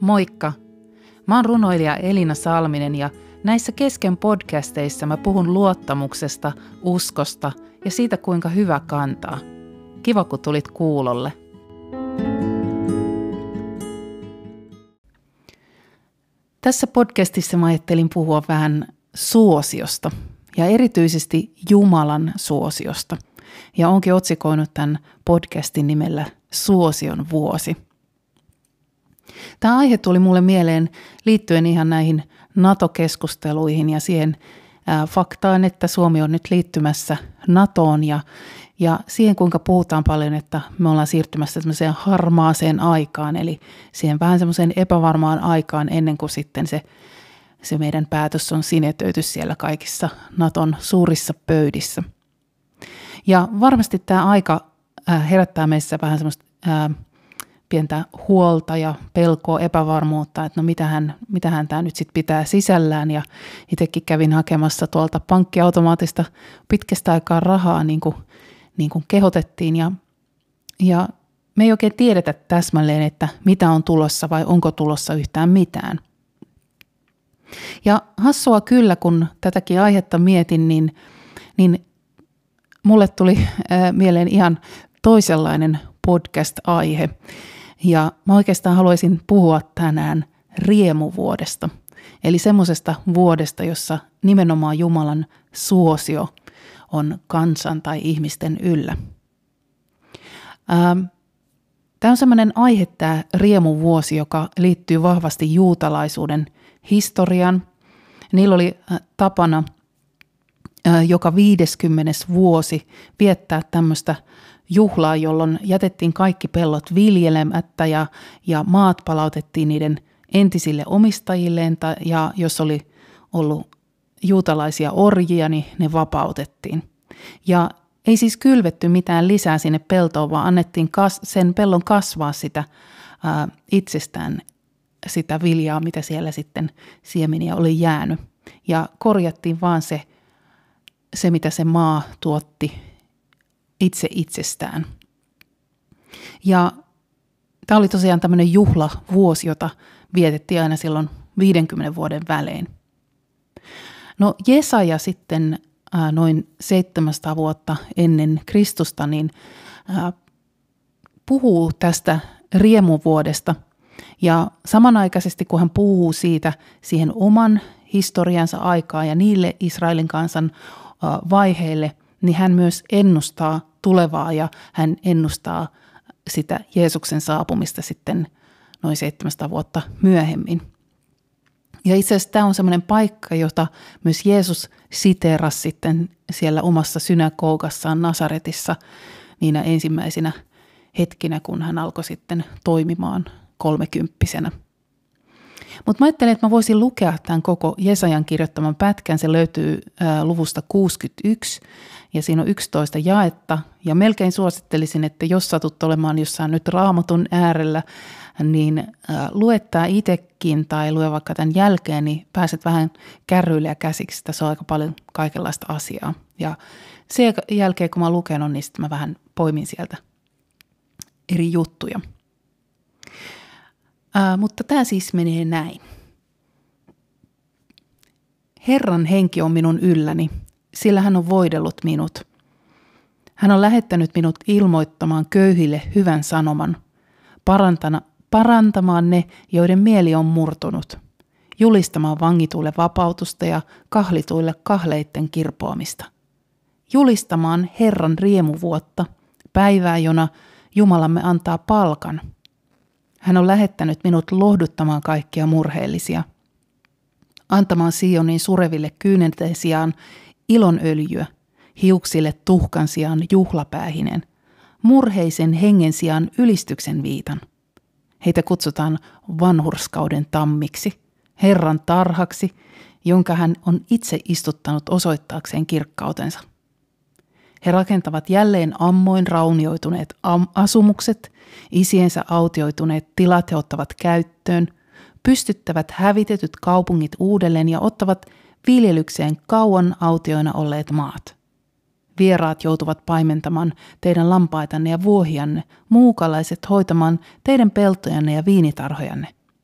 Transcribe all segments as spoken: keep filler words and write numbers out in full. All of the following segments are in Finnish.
Moikka! Mä oon runoilija Elina Salminen ja näissä kesken podcasteissa mä puhun luottamuksesta, uskosta ja siitä kuinka hyvä kantaa. Kiva kun tulit kuulolle. Tässä podcastissa mä ajattelin puhua vähän suosiosta ja erityisesti Jumalan suosiosta. Ja onkin otsikoinut tämän podcastin nimellä Suosion vuosi. Tämä aihe tuli mulle mieleen liittyen ihan näihin NATO-keskusteluihin ja siihen ää, faktaan, että Suomi on nyt liittymässä NATOon ja, ja siihen kuinka puhutaan paljon, että me ollaan siirtymässä semmoiseen harmaaseen aikaan, eli siihen vähän semmoiseen epävarmaan aikaan ennen kuin sitten se, se meidän päätös on sinetöity siellä kaikissa NATOn suurissa pöydissä. Ja varmasti tämä aika ää, herättää meissä vähän semmoista ää, pientä huolta ja pelkoa, epävarmuutta, että no mitähän, mitähän tämä nyt sitten pitää sisällään. Ja itsekin kävin hakemassa tuolta pankkiautomaatista pitkästä aikaa rahaa, niin kuin, niin kuin kehotettiin. Ja, ja me ei oikein tiedetä täsmälleen, että mitä on tulossa vai onko tulossa yhtään mitään. Ja hassua kyllä, kun tätäkin aihetta mietin, niin, niin mulle tuli ää, mieleen ihan toisenlainen podcast-aihe. Ja mä oikeastaan haluaisin puhua tänään riemuvuodesta, eli semmoisesta vuodesta, jossa nimenomaan Jumalan suosio on kansan tai ihmisten yllä. Tämä on semmoinen aihe, tämä riemuvuosi, joka liittyy vahvasti juutalaisuuden historiaan. Niillä oli tapana joka viideskymmenes vuosi viettää tämmöistä juhlaa, jolloin jätettiin kaikki pellot viljelemättä ja, ja maat palautettiin niiden entisille omistajilleen, ta, ja jos oli ollut juutalaisia orjia, niin ne vapautettiin. Ja ei siis kylvetty mitään lisää sinne peltoon, vaan annettiin kas, sen pellon kasvaa sitä ää, itsestään, sitä viljaa, mitä siellä sitten siemeniä oli jäänyt. Ja korjattiin vaan se, se mitä se maa tuotti itse itsestään. Ja tämä oli tosiaan tämmöinen juhlavuosi, jota vietettiin aina silloin viidenkymmenen vuoden välein. No Jesaja sitten ää, noin seitsemänsataa vuotta ennen Kristusta niin ää, puhuu tästä riemuvuodesta. Ja samanaikaisesti kun hän puhuu siitä siihen oman historiansa aikaa ja niille Israelin kansan ää, vaiheille, niin hän myös ennustaa tulevaa ja hän ennustaa sitä Jeesuksen saapumista sitten noin seitsemänsataa vuotta myöhemmin. Ja itse asiassa tämä on semmoinen paikka, jota myös Jeesus siteerasi sitten siellä omassa synagogassaan Nasaretissa niinä ensimmäisinä hetkinä, kun hän alkoi sitten toimimaan kolmekymppisenä. Mutta mä ajattelin, että mä voisin lukea tämän koko Jesajan kirjoittaman pätkän. Se löytyy ää, luvusta kuusikymmentäyksi ja siinä on yksitoista jaetta. Ja melkein suosittelisin, että jos satut olemaan jossain nyt Raamatun äärellä, niin ää, lue tämä itsekin tai lue vaikka tämän jälkeen, niin pääset vähän kärryille ja käsiksi. Tässä on aika paljon kaikenlaista asiaa. Ja sen jälkeen, kun mä oon lukenut, niin sitten mä vähän poimin sieltä eri juttuja. Uh, mutta tämä siis menee näin. Herran henki on minun ylläni, sillä hän on voidellut minut. Hän on lähettänyt minut ilmoittamaan köyhille hyvän sanoman, parantana, parantamaan ne, joiden mieli on murtunut, julistamaan vangituille vapautusta ja kahlituille kahleitten kirpoamista, julistamaan Herran riemuvuotta, päivää, jona Jumalamme antaa palkan. Hän on lähettänyt minut lohduttamaan kaikkia murheellisia, antamaan Sionin sureville kyynelten sijaan ilonöljyä, hiuksille tuhkan sijaan juhlapäähinen, murheisen hengen sijaan ylistyksen viitan. Heitä kutsutaan vanhurskauden tammiksi, Herran tarhaksi, jonka hän on itse istuttanut osoittaakseen kirkkautensa. He rakentavat jälleen ammoin raunioituneet am- asumukset, isiensä autioituneet tilat he ottavat käyttöön, pystyttävät hävitetyt kaupungit uudelleen ja ottavat viljelykseen kauan autioina olleet maat. Vieraat joutuvat paimentamaan teidän lampaitanne ja vuohianne, muukalaiset hoitamaan teidän peltojanne ja viinitarhojanne.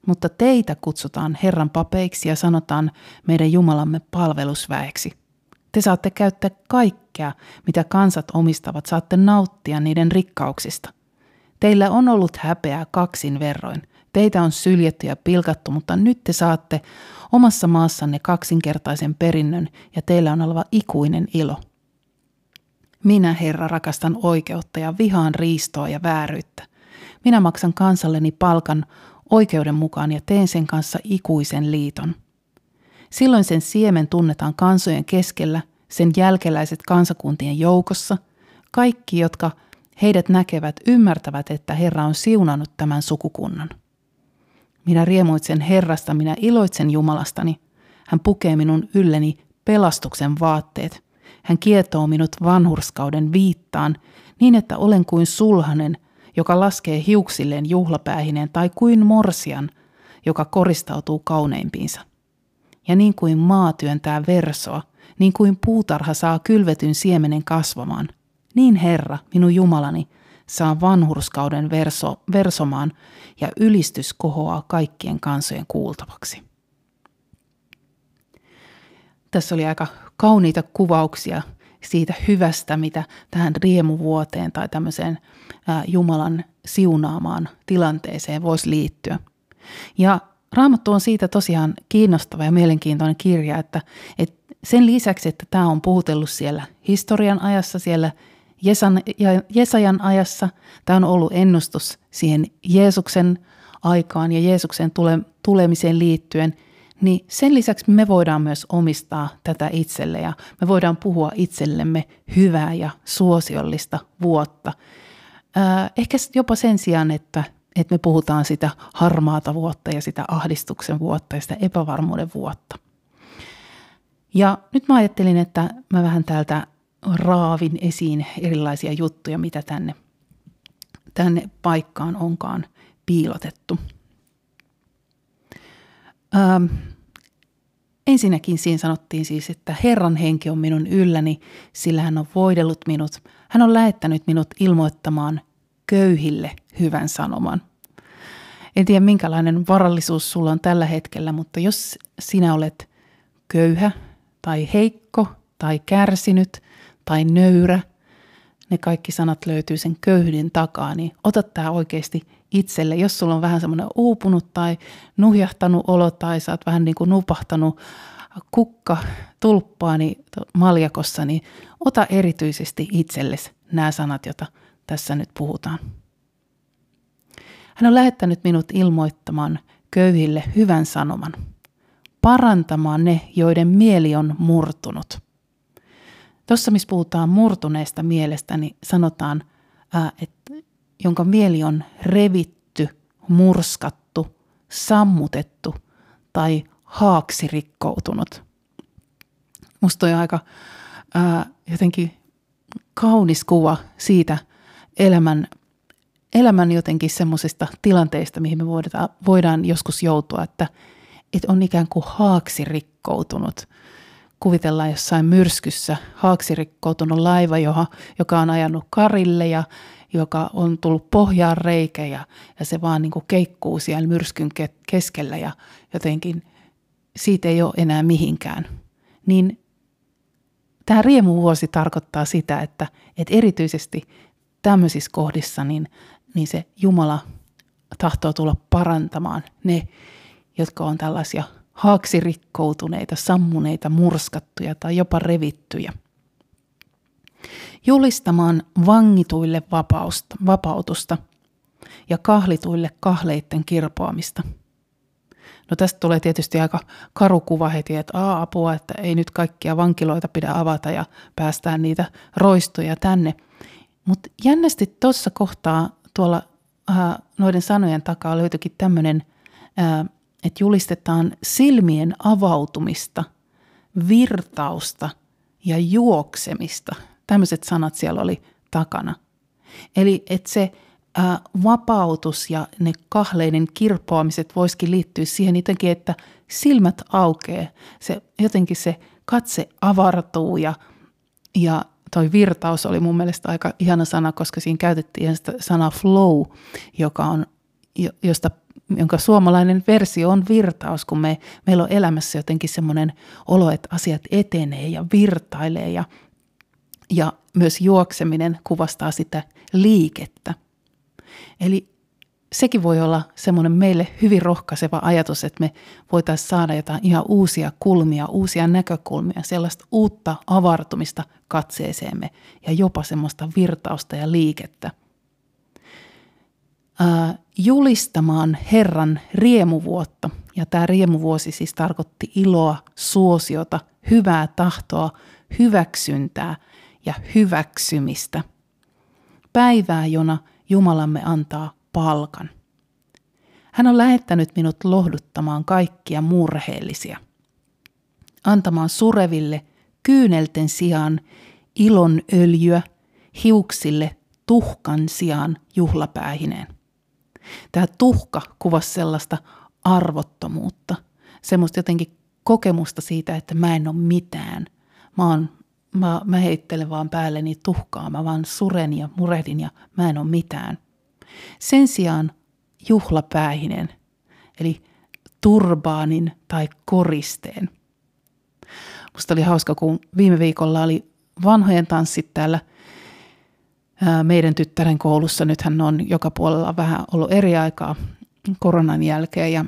mutta teitä kutsutaan Herran papeiksi ja sanotaan meidän Jumalamme palvelusväeksi. Te saatte käyttää kaikkea, mitä kansat omistavat, saatte nauttia niiden rikkauksista. Teillä on ollut häpeää kaksin verroin. Teitä on syljetty ja pilkattu, mutta nyt te saatte omassa maassanne kaksinkertaisen perinnön ja teillä on oleva ikuinen ilo. Minä, Herra, rakastan oikeutta ja vihaan riistoa ja vääryyttä. Minä maksan kansalleni palkan oikeuden mukaan ja teen sen kanssa ikuisen liiton. Silloin sen siemen tunnetaan kansojen keskellä, sen jälkeläiset kansakuntien joukossa. Kaikki, jotka heidät näkevät, ymmärtävät, että Herra on siunannut tämän sukukunnan. Minä riemuitsen Herrasta, minä iloitsen Jumalastani. Hän pukee minun ylleni pelastuksen vaatteet. Hän kietoo minut vanhurskauden viittaan, niin että olen kuin sulhanen, joka laskee hiuksilleen juhlapäähineen, tai kuin morsian, joka koristautuu kauneimpiinsa. Ja niin kuin maa työntää versoa, niin kuin puutarha saa kylvetyn siemenen kasvamaan, niin Herra, minun Jumalani, saa vanhurskauden verso, versomaan ja ylistys kohoaa kaikkien kansojen kuultavaksi. Tässä oli aika kauniita kuvauksia siitä hyvästä, mitä tähän riemuvuoteen tai tämmöiseen ää, Jumalan siunaamaan tilanteeseen voisi liittyä. Ja Raamattu on siitä tosiaan kiinnostava ja mielenkiintoinen kirja, että, että sen lisäksi, että tämä on puhutellut siellä historian ajassa, siellä Jesan, ja Jesajan ajassa, tämä on ollut ennustus siihen Jeesuksen aikaan ja Jeesuksen tule, tulemiseen liittyen, niin sen lisäksi me voidaan myös omistaa tätä itselle ja me voidaan puhua itsellemme hyvää ja suosiollista vuotta. Ää, ehkä jopa sen sijaan, että, että me puhutaan sitä harmaata vuotta ja sitä ahdistuksen vuotta ja sitä epävarmuuden vuotta. Ja nyt mä ajattelin, että mä vähän täältä raavin esiin erilaisia juttuja, mitä tänne, tänne paikkaan onkaan piilotettu. Ähm, ensinnäkin siinä sanottiin siis, että Herran henki on minun ylläni, sillä hän on voidellut minut. Hän on lähettänyt minut ilmoittamaan köyhille hyvän sanoman. En tiedä, minkälainen varallisuus sulla on tällä hetkellä, mutta jos sinä olet köyhä tai heikko tai kärsinyt tai nöyrä, ne kaikki sanat löytyy sen köyhyyden takaa, niin ota tämä oikeasti itselle. Jos sulla on vähän semmoinen uupunut tai nuhjahtanut olo tai sä oot vähän niin kuin nupahtanut kukka tulppaani maljakossa, niin ota erityisesti itsellesi nämä sanat, joita tässä nyt puhutaan. Hän on lähettänyt minut ilmoittamaan köyhille hyvän sanoman, parantamaan ne, joiden mieli on murtunut. Tuossa, missä puhutaan murtuneesta mielestä, niin sanotaan, ää, että jonka mieli on revitty, murskattu, sammutettu tai haaksirikkoutunut. Musta on aika ää, jotenkin kaunis kuva siitä elämän, elämän jotenkin semmoisista tilanteista, mihin me voidaan, voidaan joskus joutua, että, että on ikään kuin haaksirikkoutunut. Kuvitellaan jossain myrskyssä haaksirikkoutunut laiva, joka, joka on ajanut karille ja joka on tullut pohjaan reikä ja, ja se vaan niin kuin keikkuu siellä myrskyn keskellä ja jotenkin siitä ei ole enää mihinkään. Niin tämä riemuvuosi tarkoittaa sitä, että, että erityisesti tämmöisissä kohdissa niin, niin se Jumala tahtoo tulla parantamaan ne, jotka on tällaisia haaksirikkoutuneita, sammuneita, murskattuja tai jopa revittyjä. Julistamaan vangituille vapausta, vapautusta ja kahlituille kahleitten kirpoamista. No tästä tulee tietysti aika karu kuva heti, että aa, apua, että ei nyt kaikkia vankiloita pidä avata ja päästään niitä roistoja tänne. Mutta jännästi tuossa kohtaa tuolla äh, noiden sanojen takaa löytyikin tämmöinen, äh, että julistetaan silmien avautumista, virtausta ja juoksemista. Tämmöiset sanat siellä oli takana. Eli että se ää, vapautus ja ne kahleiden kirpoamiset voisikin liittyä siihen jotenkin, että silmät aukeaa. Se, jotenkin se katse avartuu ja, ja toi virtaus oli mun mielestä aika ihana sana, koska siinä käytettiin sitä sanaa flow, joka on, josta jonka suomalainen versio on virtaus, kun me, meillä on elämässä jotenkin semmoinen olo, että asiat etenee ja virtailee ja, ja myös juokseminen kuvastaa sitä liikettä. Eli sekin voi olla semmoinen meille hyvin rohkaiseva ajatus, että me voitaisiin saada jotain ihan uusia kulmia, uusia näkökulmia, sellaista uutta avartumista katseeseemme ja jopa semmoista virtausta ja liikettä. Ää, julistamaan Herran riemuvuotta, ja tämä riemuvuosi siis tarkoitti iloa, suosiota, hyvää tahtoa, hyväksyntää ja hyväksymistä. Päivää, jona Jumalamme antaa palkan. Hän on lähettänyt minut lohduttamaan kaikkia murheellisia, antamaan sureville kyynelten sijaan ilon öljyä, hiuksille tuhkan sijaan juhlapäähineen. Tämä tuhka kuvasi sellaista arvottomuutta, semmoista jotenkin kokemusta siitä, että mä en ole mitään. Mä, oon, mä, mä heittelen vaan päälleni tuhkaa, mä vaan suren ja murehdin ja mä en ole mitään. Sen sijaan juhlapäähinen, eli turbaanin tai koristeen. Musta oli hauska, kun viime viikolla oli vanhojen tanssit täällä ää, meidän tyttären koulussa. Nythän on joka puolella vähän ollut eri aikaa koronan jälkeen ja,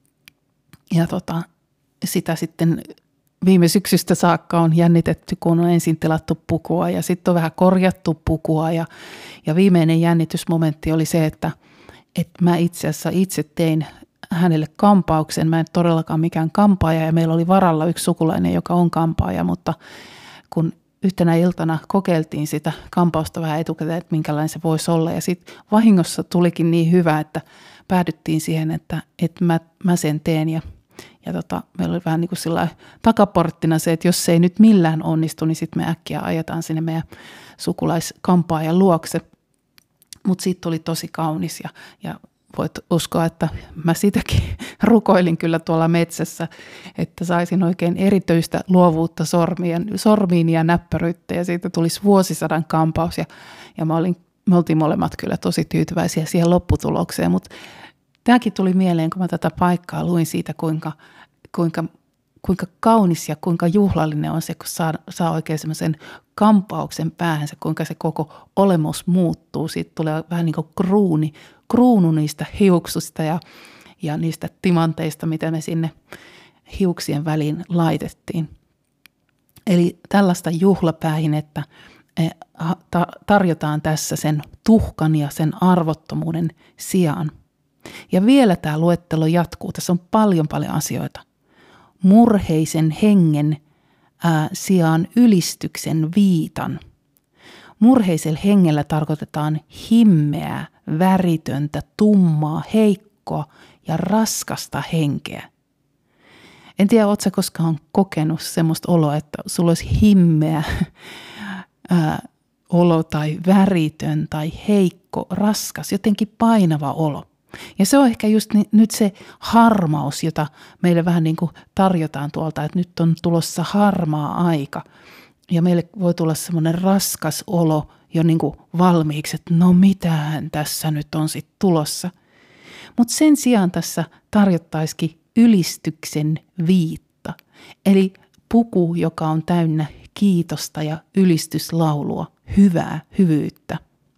ja tota, sitä sitten viime syksystä saakka on jännitetty, kun on ensin tilattu pukua ja sitten on vähän korjattu pukua. Ja, ja viimeinen jännitysmomentti oli se, että, että mä itse asiassa itse tein hänelle kampauksen. Mä en todellakaan mikään kampaaja ja meillä oli varalla yksi sukulainen, joka on kampaaja, mutta kun yhtenä iltana kokeiltiin sitä kampausta vähän etukäteen, että minkälainen se voisi olla. Ja sitten vahingossa tulikin niin hyvä, että päädyttiin siihen, että, että mä, mä sen teen ja Ja tota, meillä oli vähän niin kuin sillä takaporttina se, että jos se ei nyt millään onnistu, niin sitten me äkkiä ajetaan sinne meidän sukulaiskampaajan luokse. Mutta siitä tuli tosi kaunis ja, ja voit uskoa, että mä sitäkin rukoilin kyllä tuolla metsässä, että saisin oikein erityistä luovuutta sormien, sormiin ja näppäryyttä ja siitä tulisi vuosisadan kampaus ja, ja mä olin, me oltiin molemmat kyllä tosi tyytyväisiä siihen lopputulokseen, mutta tämäkin tuli mieleen, kun mä tätä paikkaa luin siitä, kuinka, kuinka, kuinka kaunis ja kuinka juhlallinen on se, kun saa, saa oikein semmoisen kampauksen päähänsä, kuinka se koko olemus muuttuu. Siitä tulee vähän niin kuin kruuni, kruunu niistä hiuksusta ja, ja niistä timanteista, mitä me sinne hiuksien väliin laitettiin. Eli tällaista juhlapäähinettä tarjotaan tässä sen tuhkan ja sen arvottomuuden sijaan. Ja vielä tämä luettelo jatkuu. Tässä on paljon paljon asioita. Murheisen hengen ää, sijaan ylistyksen viitan. Murheisella hengellä tarkoitetaan himmeää, väritöntä, tummaa, heikkoa ja raskasta henkeä. En tiedä, ootko sä koskaan kokenut semmoista oloa, että sulla olisi himmeä ää, olo tai väritön tai heikko, raskas, jotenkin painava olo. Ja se on ehkä just nyt se harmaus, jota meille vähän niin kuin tarjotaan tuolta, että nyt on tulossa harmaa aika. Ja meille voi tulla semmoinen raskas olo jo niin kuin valmiiksi, että no mitähän tässä nyt on sitten tulossa. Mutta sen sijaan tässä tarjottaisikin ylistyksen viitta, eli puku, joka on täynnä kiitosta ja ylistyslaulua, hyvää hyvyyttä.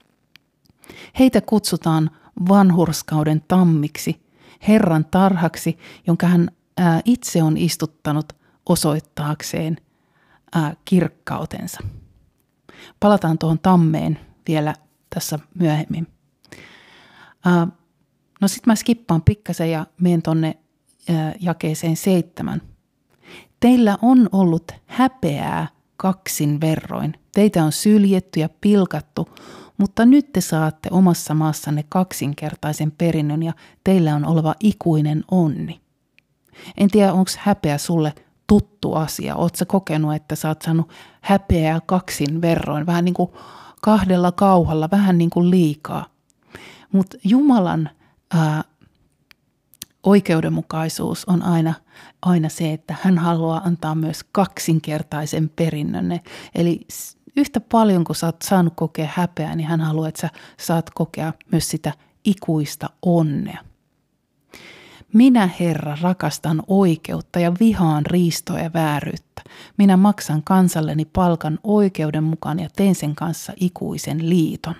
Heitä kutsutaan vanhurskauden tammiksi, Herran tarhaksi, jonka hän ää, itse on istuttanut osoittaakseen ää, kirkkautensa. Palataan tuohon tammeen vielä tässä myöhemmin. Ää, no sitten mä skippaan pikkasen ja menen tuonne jakeeseen seitsemän. Teillä on ollut häpeää kaksin verroin. Teitä on syljetty ja pilkattu, mutta nyt te saatte omassa maassanne kaksinkertaisen perinnön ja teillä on oleva ikuinen onni. En tiedä, onko häpeä sulle tuttu asia. Oletko sä kokenut, että sä oot saanut häpeää kaksin verroin, vähän niin kuin kahdella kauhalla, vähän niin kuin liikaa. Mutta Jumalan ää, oikeudenmukaisuus on aina, aina se, että hän haluaa antaa myös kaksinkertaisen perinnön. Eli yhtä paljon kuin sä oot saanut kokea häpeää, niin hän haluaa, että sä saat kokea myös sitä ikuista onnea. Minä, Herra, rakastan oikeutta ja vihaan riistoa ja vääryyttä. Minä maksan kansalleni palkan oikeuden mukaan ja teen sen kanssa ikuisen liiton.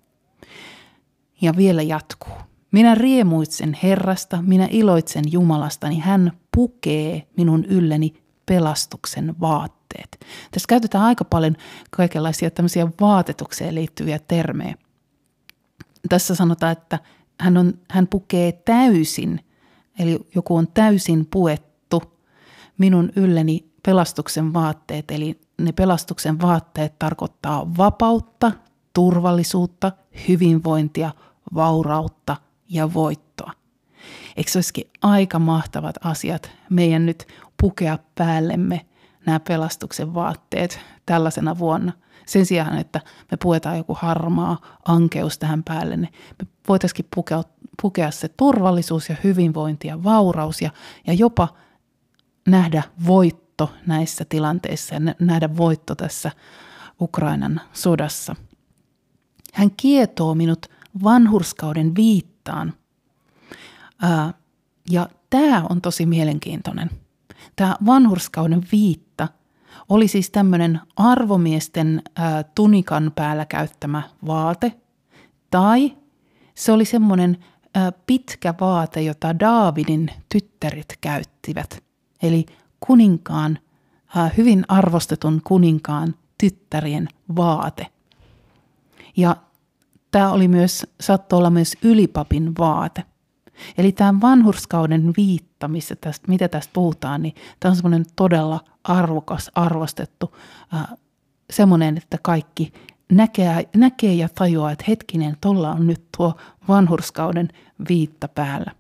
Ja vielä jatkuu. Minä riemuitsen Herrasta, minä iloitsen Jumalastani, hän pukee minun ylleni pelastuksen vaatteet. Tässä käytetään aika paljon kaikenlaisia tämmöisiä vaatetukseen liittyviä termejä. Tässä sanotaan, että hän, on, hän pukee täysin, eli joku on täysin puettu minun ylleni pelastuksen vaatteet, eli ne pelastuksen vaatteet tarkoittaa vapautta, turvallisuutta, hyvinvointia, vaurautta ja voittoa. Eikö se olisikin aika mahtavat asiat meidän nyt pukea päällemme nämä pelastuksen vaatteet tällaisena vuonna? Sen sijaan, että me puetaan joku harmaa ankeus tähän päälle, niin me voitaisiin pukea, pukea se turvallisuus ja hyvinvointi ja vauraus ja, ja jopa nähdä voitto näissä tilanteissa ja nähdä voitto tässä Ukrainan sodassa. Hän kietoo minut vanhurskauden viittaan. Ää, ja tämä on tosi mielenkiintoinen. Tämä vanhurskauden viitta oli siis tämmöinen arvomiesten ää, tunikan päällä käyttämä vaate, tai se oli semmoinen ää, pitkä vaate, jota Daavidin tyttärit käyttivät. Eli kuninkaan, ää, hyvin arvostetun kuninkaan tyttärien vaate. Ja tämä oli myös, saattoi olla myös ylipapin vaate. Eli tämä vanhurskauden viitta, missä tästä, mitä tästä puhutaan, niin tämä on semmoinen todella arvokas, arvostettu, äh, semmoinen, että kaikki näkee, näkee ja tajuaa, että hetkinen, tuolla on nyt tuo vanhurskauden viitta päällä.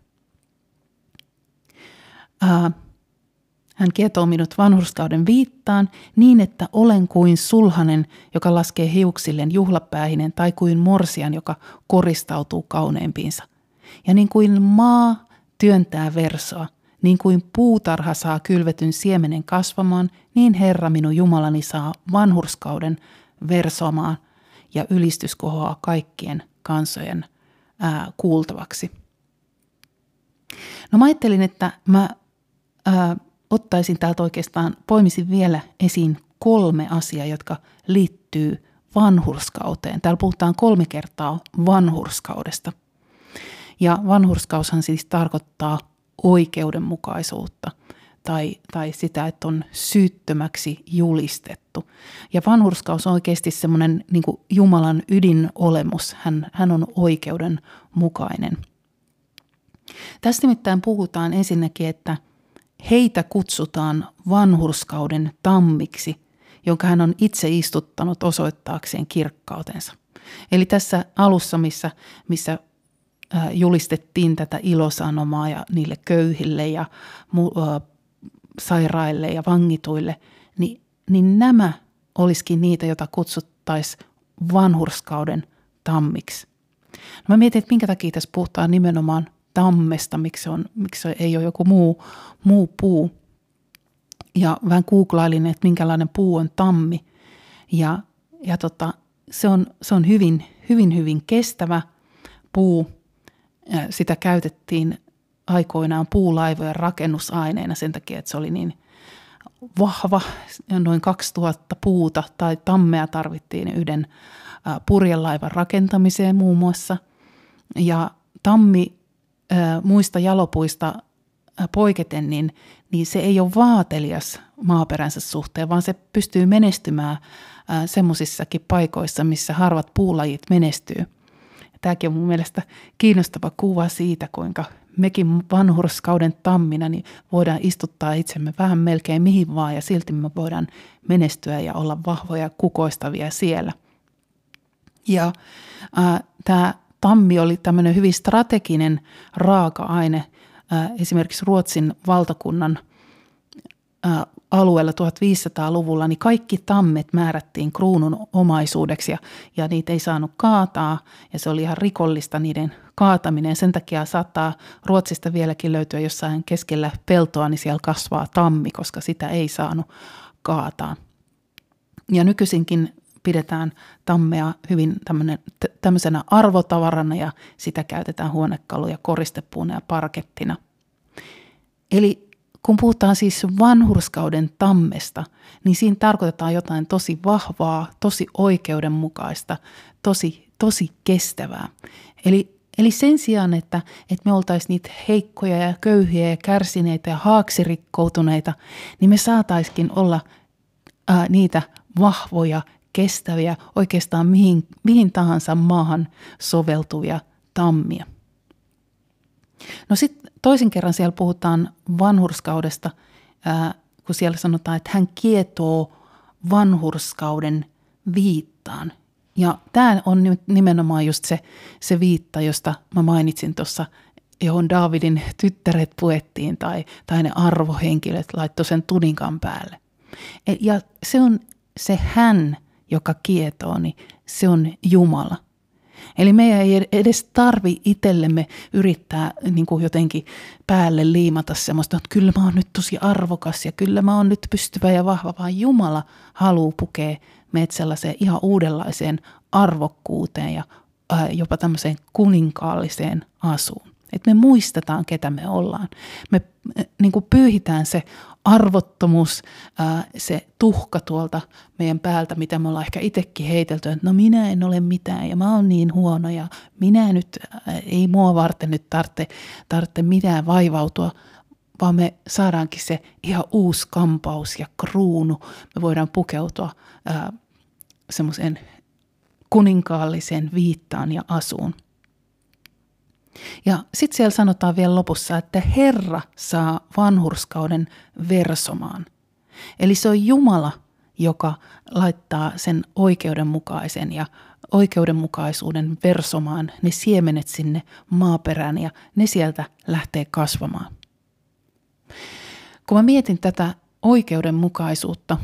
Äh, Hän kietoo minut vanhurskauden viittaan niin, että olen kuin sulhanen, joka laskee hiuksilleen juhlapäähinen, tai kuin morsian, joka koristautuu kauneimpiinsa. Ja niin kuin maa työntää versoa, niin kuin puutarha saa kylvetyn siemenen kasvamaan, niin Herra minun Jumalani saa vanhurskauden versoamaan ja ylistys kohoaa kaikkien kansojen ää, kuultavaksi. No mä ajattelin, että mä ää, ottaisin täältä oikeastaan, poimisin vielä esiin kolme asiaa, jotka liittyy vanhurskauteen. Täällä puhutaan kolme kertaa vanhurskaudesta. Ja vanhurskaushan siis tarkoittaa oikeudenmukaisuutta tai, tai sitä, että on syyttömäksi julistettu. Ja vanhurskaus on oikeasti semmoinen niin kuin Jumalan ydinolemus. Hän, hän on oikeudenmukainen. Tästä nimittäin puhutaan ensinnäkin, että heitä kutsutaan vanhurskauden tammiksi, jonka hän on itse istuttanut osoittaakseen kirkkautensa. Eli tässä alussa, missä, missä julistettiin tätä ilosanomaa ja niille köyhille ja sairaille ja vangituille, niin, niin nämä olisikin niitä, joita kutsuttaisiin vanhurskauden tammiksi. No mä mietin, että minkä takia tässä puhutaan nimenomaan tammesta, miksi, on, miksi ei ole joku muu, muu puu. Ja vähän googlailin, että minkälainen puu on tammi. Ja, ja tota, se on, se on hyvin, hyvin, hyvin kestävä puu. Sitä käytettiin aikoinaan puulaivojen rakennusaineena sen takia, että se oli niin vahva. Noin kaksituhatta puuta tai tammea tarvittiin yhden purjelaivan rakentamiseen muun muassa. Ja tammi muista jalopuista poiketen, niin, niin se ei ole vaatelias maaperänsä suhteen, vaan se pystyy menestymään semmoisissakin paikoissa, missä harvat puulajit menestyy. Tämäkin on mun mielestä kiinnostava kuva siitä, kuinka mekin vanhurskauden tammina niin voidaan istuttaa itsemme vähän melkein mihin vaan ja silti me voidaan menestyä ja olla vahvoja kukoistavia siellä. Ja äh, tämä tammi oli tämmöinen hyvin strateginen raaka-aine. Äh, esimerkiksi Ruotsin valtakunnan äh, alueella viisitoistasataa-luvulla niin kaikki tammet määrättiin kruunun omaisuudeksi ja, ja niitä ei saanut kaataa ja se oli ihan rikollista niiden kaataminen. Sen takia saattaa Ruotsista vieläkin löytyä jossain keskellä peltoa, niin siellä kasvaa tammi, koska sitä ei saanut kaataa. Ja nykyisinkin pidetään tammea hyvin tämmöisenä arvotavarana ja sitä käytetään huonekaluja, koristepuuna ja parkettina. Eli kun puhutaan siis vanhurskauden tammesta, niin siinä tarkoitetaan jotain tosi vahvaa, tosi oikeudenmukaista, tosi, tosi kestävää. Eli, eli sen sijaan, että, että me oltaisiin niitä heikkoja ja köyhiä ja kärsineitä ja haaksirikkoutuneita, niin me saataisiin olla ää, niitä vahvoja, kestäviä, oikeastaan mihin, mihin tahansa maahan soveltuvia tammia. No sitten toisen kerran siellä puhutaan vanhurskaudesta, ää, kun siellä sanotaan, että hän kietoo vanhurskauden viittaan. Ja tämä on nimenomaan just se, se viitta, josta mä mainitsin tuossa, johon Daavidin tyttäret puettiin tai, tai ne arvohenkilöt laittoi sen tuninkan päälle. Ja se on se hän, joka kietoo, niin se on Jumala. Eli meidän ei edes tarvi itsellemme yrittää niin kuin jotenkin päälle liimata semmoista, että kyllä mä oon nyt tosi arvokas ja kyllä mä oon nyt pystyvä ja vahva, vaan Jumala haluaa pukea meidät sellaiseen ihan uudenlaiseen arvokkuuteen ja ää, jopa tämmöiseen kuninkaalliseen asuun. Että me muistetaan, ketä me ollaan. Me niin kuin pyyhitään se arvottomuus, ää, se tuhka tuolta meidän päältä, mitä me ollaan ehkä itsekin heitelty, että no minä en ole mitään ja mä oon niin huono ja minä nyt, ää, ei mua varten nyt tarvitse, tarvitse mitään vaivautua, vaan me saadaankin se ihan uusi kampaus ja kruunu. Me voidaan pukeutua ää, semmoiseen kuninkaalliseen viittaan ja asuun. Ja sitten siellä sanotaan vielä lopussa, että Herra saa vanhurskauden versomaan. Eli se on Jumala, joka laittaa sen oikeudenmukaisen ja oikeudenmukaisuuden versomaan ne siemenet sinne maaperään ja ne sieltä lähtee kasvamaan. Kun mä mietin tätä oikeudenmukaisuutta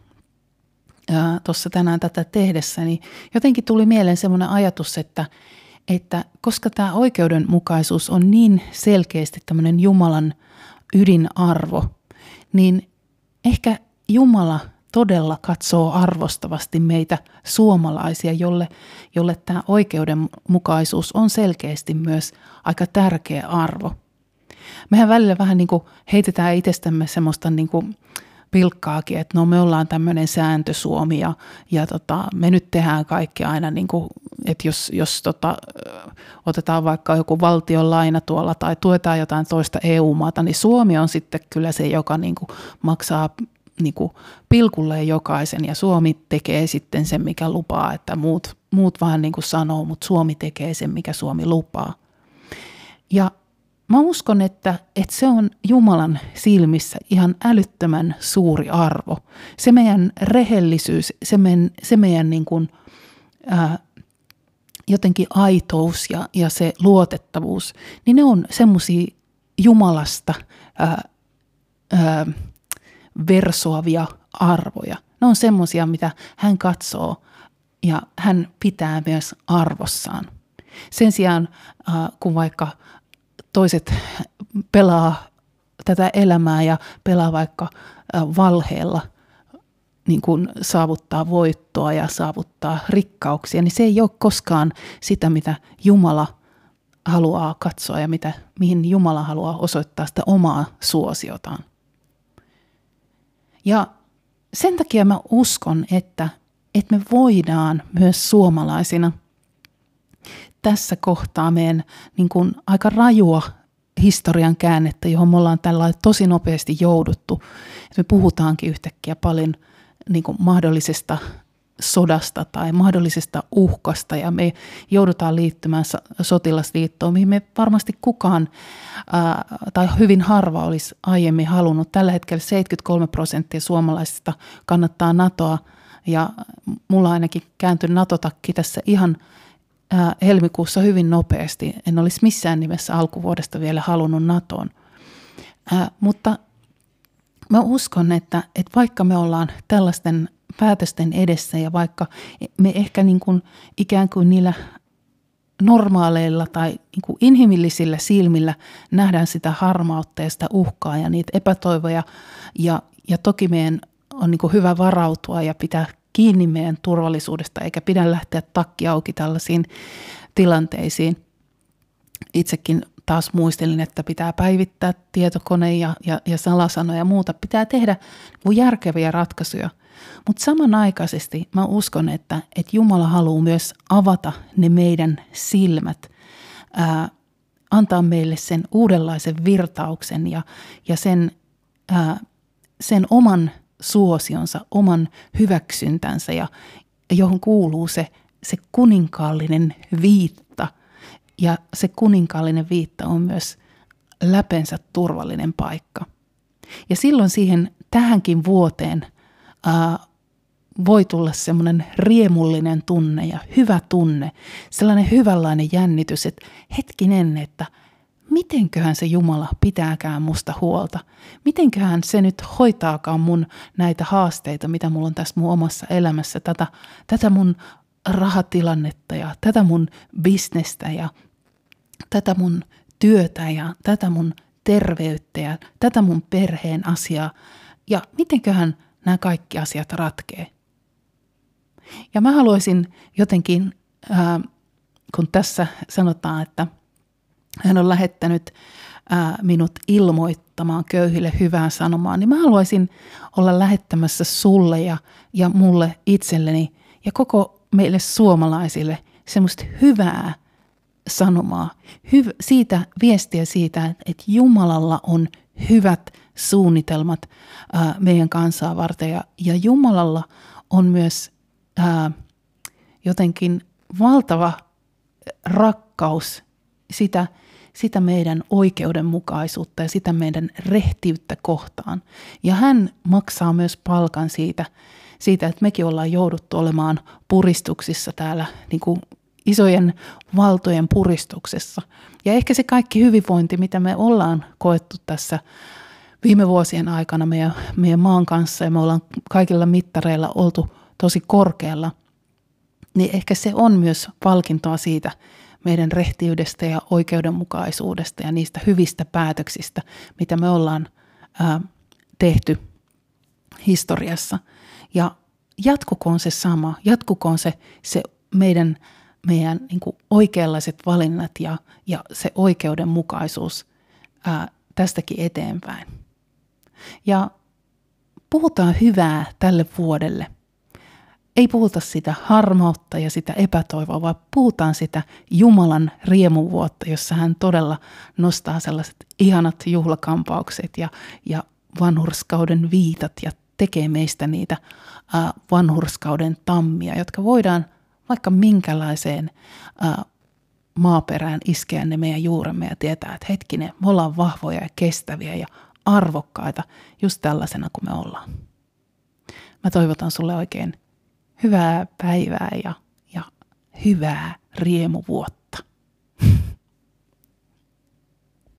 tuossa tänään tätä tehdessä, niin jotenkin tuli mieleen semmoinen ajatus, että että koska tämä oikeudenmukaisuus on niin selkeästi tämmöinen Jumalan ydinarvo, niin ehkä Jumala todella katsoo arvostavasti meitä suomalaisia, jolle, jolle tämä oikeudenmukaisuus on selkeästi myös aika tärkeä arvo. Mehän välillä vähän niin kuin heitetään itsestämme semmoista niin kuin pilkkaakin, että no me ollaan tämmöinen sääntö Suomi ja, ja tota, me nyt tehdään kaikki aina, niin kuin, että jos, jos tota, otetaan vaikka joku valtion laina tuolla tai tuetaan jotain toista E U-maata, niin Suomi on sitten kyllä se, joka niin kuin maksaa niin kuin pilkulleen jokaisen ja Suomi tekee sitten sen, mikä lupaa, että muut, muut vaan niin kuin sanoo, mutta Suomi tekee sen, mikä Suomi lupaa. Ja mä uskon, että, että se on Jumalan silmissä ihan älyttömän suuri arvo. Se meidän rehellisyys, se meidän, se meidän niin kuin, ää, jotenkin aitous ja, ja se luotettavuus, niin ne on semmoisia Jumalasta ää, ää, versoavia arvoja. Ne on semmoisia, mitä hän katsoo ja hän pitää myös arvossaan. Sen sijaan, ää, kun vaikka toiset pelaa tätä elämää ja pelaa vaikka valheella niin kuin saavuttaa voittoa ja saavuttaa rikkauksia, niin se ei ole koskaan sitä, mitä Jumala haluaa katsoa ja mitä, mihin Jumala haluaa osoittaa sitä omaa suosiotaan. Ja sen takia mä uskon, että, että me voidaan myös suomalaisina tässä kohtaa meidän niin kuin aika rajua historian käännettä, johon me ollaan tällä tosi nopeasti jouduttu. Me puhutaankin yhtäkkiä paljon niin kuin mahdollisesta sodasta tai mahdollisesta uhkasta ja me joudutaan liittymään sotilasliittoon, mihin me varmasti kukaan ää, tai hyvin harva olisi aiemmin halunnut. Tällä hetkellä seitsemänkymmentäkolme prosenttia suomalaisista kannattaa NATOa ja mulla ainakin kääntyi NATO-takki tässä ihan helmikuussa hyvin nopeasti. En olisi missään nimessä alkuvuodesta vielä halunnut NATOon. Ää, mutta mä uskon, että, että vaikka me ollaan tällaisten päätösten edessä ja vaikka me ehkä niin kuin ikään kuin niillä normaaleilla tai niin kuin inhimillisillä silmillä nähdään sitä harmautta ja sitä uhkaa ja niitä epätoivoja ja, ja toki meidän on niin kuin hyvä varautua ja pitää kiinni meidän turvallisuudesta, eikä pidä lähteä takki auki tällaisiin tilanteisiin. Itsekin taas muistelin, että pitää päivittää tietokone ja, ja, ja salasanoja ja muuta. Pitää tehdä järkeviä ratkaisuja. Mutta samanaikaisesti mä uskon, että, että Jumala haluaa myös avata ne meidän silmät, ää, antaa meille sen uudenlaisen virtauksen ja, ja sen, ää, sen oman suosionsa, oman hyväksyntänsä, ja, johon kuuluu se, se kuninkaallinen viitta. Ja se kuninkaallinen viitta on myös läpensä turvallinen paikka. Ja silloin siihen tähänkin vuoteen ää, voi tulla semmoinen riemullinen tunne ja hyvä tunne, sellainen hyvänlainen jännitys, että hetkinen, että mitenköhän se Jumala pitääkään musta huolta, mitenköhän se nyt hoitaakaan mun näitä haasteita, mitä mulla on tässä mun omassa elämässä, tätä, tätä mun rahatilannetta ja tätä mun bisnestä ja tätä mun työtä ja tätä mun terveyttä ja tätä mun perheen asiaa ja mitenköhän nämä kaikki asiat ratkee. Ja mä haluaisin jotenkin, ää, kun tässä sanotaan, että hän on lähettänyt ää, minut ilmoittamaan köyhille hyvää sanomaa, niin mä haluaisin olla lähettämässä sulle ja, ja mulle itselleni ja koko meille suomalaisille semmoista hyvää sanomaa, hyv- siitä viestiä siitä, että Jumalalla on hyvät suunnitelmat ää, meidän kansaa varten ja, ja Jumalalla on myös ää, jotenkin valtava rakkaus sitä, sitä meidän oikeudenmukaisuutta ja sitä meidän rehtiyttä kohtaan. Ja hän maksaa myös palkan siitä, siitä että mekin ollaan jouduttu olemaan puristuksissa täällä niin kuin isojen valtojen puristuksessa. Ja ehkä se kaikki hyvinvointi, mitä me ollaan koettu tässä viime vuosien aikana meidän, meidän maan kanssa, ja me ollaan kaikilla mittareilla oltu tosi korkealla, niin ehkä se on myös palkintoa siitä meidän rehtiydestä ja oikeudenmukaisuudesta ja niistä hyvistä päätöksistä, mitä me ollaan ää, tehty historiassa. Ja jatkukoon se sama, jatkukoon se, se meidän, meidän niin kuin oikeanlaiset valinnat ja, ja se oikeudenmukaisuus ää, tästäkin eteenpäin. Ja puhutaan hyvää tälle vuodelle. Ei puhuta sitä harmautta ja sitä epätoivoa, vaan puhutaan sitä Jumalan riemuvuotta, jossa hän todella nostaa sellaiset ihanat juhlakampaukset ja, ja vanhurskauden viitat ja tekee meistä niitä äh, vanhurskauden tammia, jotka voidaan vaikka minkälaiseen äh, maaperään iskeä ne meidän juuremme ja tietää, että hetkinen, me ollaan vahvoja ja kestäviä ja arvokkaita just tällaisena kuin me ollaan. Mä toivotan sulle oikein hyvää päivää ja, ja hyvää riemuvuotta.